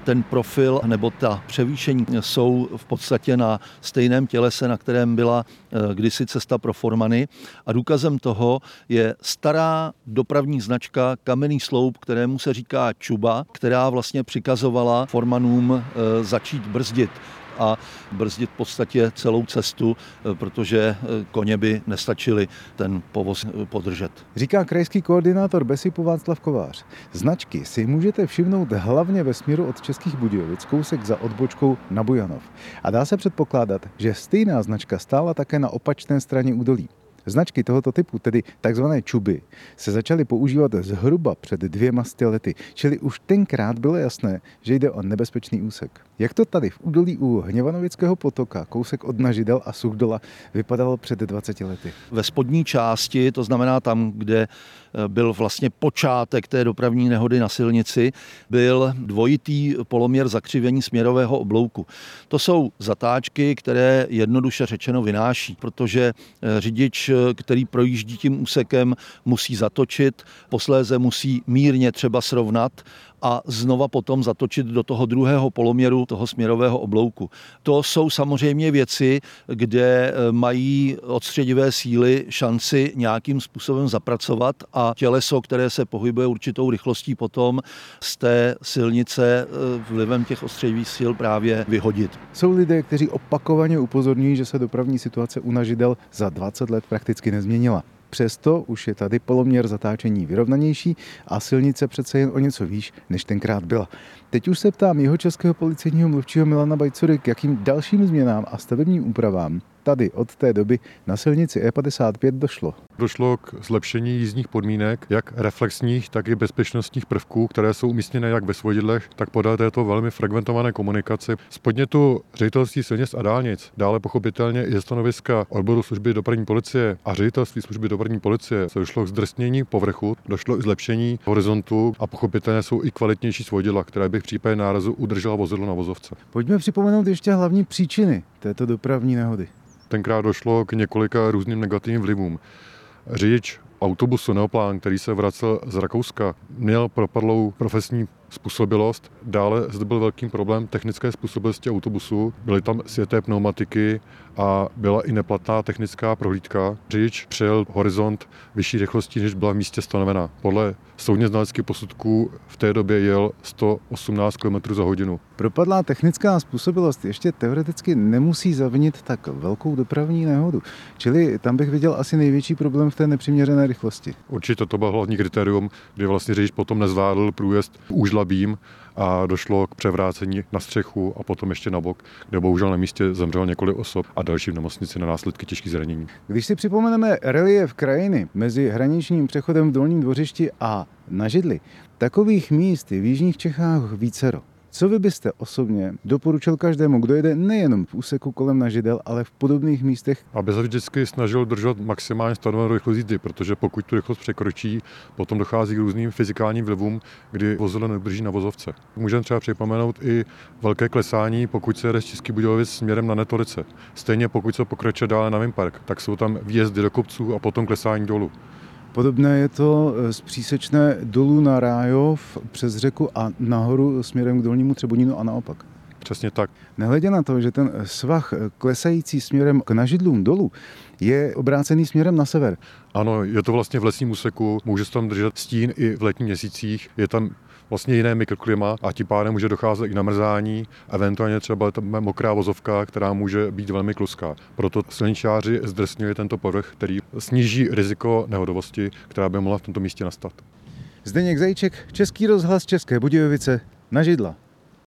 ten profil nebo ta převýšení jsou v podstatě na stejném tělese, na kterém byla kdysi cesta pro Formany. A důkazem toho je stará dopravní značka Kamenný sloup, kterému se říká Čuba, která vlastně přikazovala Formanům začít brzdit a brzdit v podstatě celou cestu, protože koně by nestačili ten povoz podržet. Říká krajský koordinátor BESIPu Václav Kovář. Značky si můžete všimnout hlavně ve směru od Českých Budějovic, kousek za odbočkou na Bujanov. A dá se předpokládat, že stejná značka stála také na opačné straně údolí. Značky tohoto typu, tedy takzvané čuby, se začaly používat zhruba před 200 lety, čili už tenkrát bylo jasné, že jde o nebezpečný úsek. Jak to tady v údolí u Hněvanovického potoka, kousek od Nažidel a Suchdola, vypadalo před 20 lety? Ve spodní části, to znamená tam, kde byl vlastně počátek té dopravní nehody na silnici, byl dvojitý poloměr zakřivení směrového oblouku. To jsou zatáčky, které jednoduše řečeno vynáší, protože řidič, který projíždí tím úsekem, musí zatočit, posléze musí mírně třeba srovnat a znova potom zatočit do toho druhého poloměru toho směrového oblouku. To jsou samozřejmě věci, kde mají odstředivé síly šanci nějakým způsobem zapracovat a těleso, které se pohybuje určitou rychlostí, potom z té silnice vlivem těch odstředivých sil právě vyhodit. Jsou lidé, kteří opakovaně upozorňují, že se dopravní situace u Nažidel za 20 let prakticky nezměnila. Přesto už je tady poloměr zatáčení vyrovnanější a silnice přece jen o něco výš, než tenkrát byla. Teď už se ptám jihočeského policejního mluvčího Milana Bajcury, k jakým dalším změnám a stavebním úpravám tady od té doby na silnici E55 došlo. Došlo k zlepšení jízdních podmínek, jak reflexních, tak i bezpečnostních prvků, které jsou umístěny jak ve svodidlech, tak podél této velmi fragmentované komunikaci. Z podnětu Ředitelství silnic a dálnic, dále pochopitelně i ze stanoviska odboru služby dopravní policie a Ředitelství služby dopravní policie se došlo k zdrsnění povrchu, došlo i zlepšení horizontu a pochopitelně jsou i kvalitnější svodidla, které by v případě nárazu udržela vozidlo na vozovce. Pojďme připomenout ještě hlavní příčiny této dopravní nehody. Tenkrát došlo k několika různým negativním vlivům. Řidič autobusu Neoplán, který se vracel z Rakouska, měl propadlou profesní způsobilost. Dále zde byl velký problém technické způsobilosti autobusu. Byly tam sjeté pneumatiky a byla i neplatná technická prohlídka. Řidič přejel horizont vyšší rychlostí, než byla v místě stanovená. Podle soudně znaleckých posudků v té době jel 118 km za hodinu. Propadlá technická způsobilost ještě teoreticky nemusí zavinit tak velkou dopravní nehodu. Čili tam bych viděl asi největší problém v té nepřiměřené rychlosti. Určitě to bylo hlavní kritérium, kdy vlastně řidič potom nezvládl průjezd Úžlabím a došlo k převrácení na střechu a potom ještě na bok, kde bohužel na místě zemřelo několik osob a další v nemocnici na následky těžkých zranění. Když si připomeneme relief krajiny mezi hraničním přechodem v Dolním Dvořišti a na Židli, takových míst je v jižních Čechách vícero. Co vy byste osobně doporučil každému, kdo jede nejenom v úseku kolem Nažidel, ale v podobných místech? Aby se vždycky snažil držet maximálně stanovenou rychlost jízdy, protože pokud tu rychlost překročí, potom dochází k různým fyzikálním vlivům, kdy vozidlo nedrží na vozovce. Můžeme třeba připomenout i velké klesání, pokud se jede z Českých Budějovic směrem na Netolice. Stejně pokud se pokračuje dále na Vimpark, tak jsou tam výjezdy do kopců a potom klesání dolů. Podobné je to z přísečné dolů na Rájov přes řeku a nahoru směrem k Dolnímu Třebonínu a naopak. Přesně tak. Nehledě na to, že ten svah klesající směrem k Nažidlům dolů je obrácený směrem na sever. Ano, je to vlastně v lesním úseku, může se tam držet stín i v letních měsících, je tam vlastně jiné mikroklima a tím pádem může docházet i namrzání, eventuálně třeba tam mokrá vozovka, která může být velmi kluská. Proto silničáři zdrsňují tento povrch, který sníží riziko nehodovosti, která by mohla v tomto místě nastat. Zdeněk Zajíček, Český rozhlas České Budějovice, Nažidla.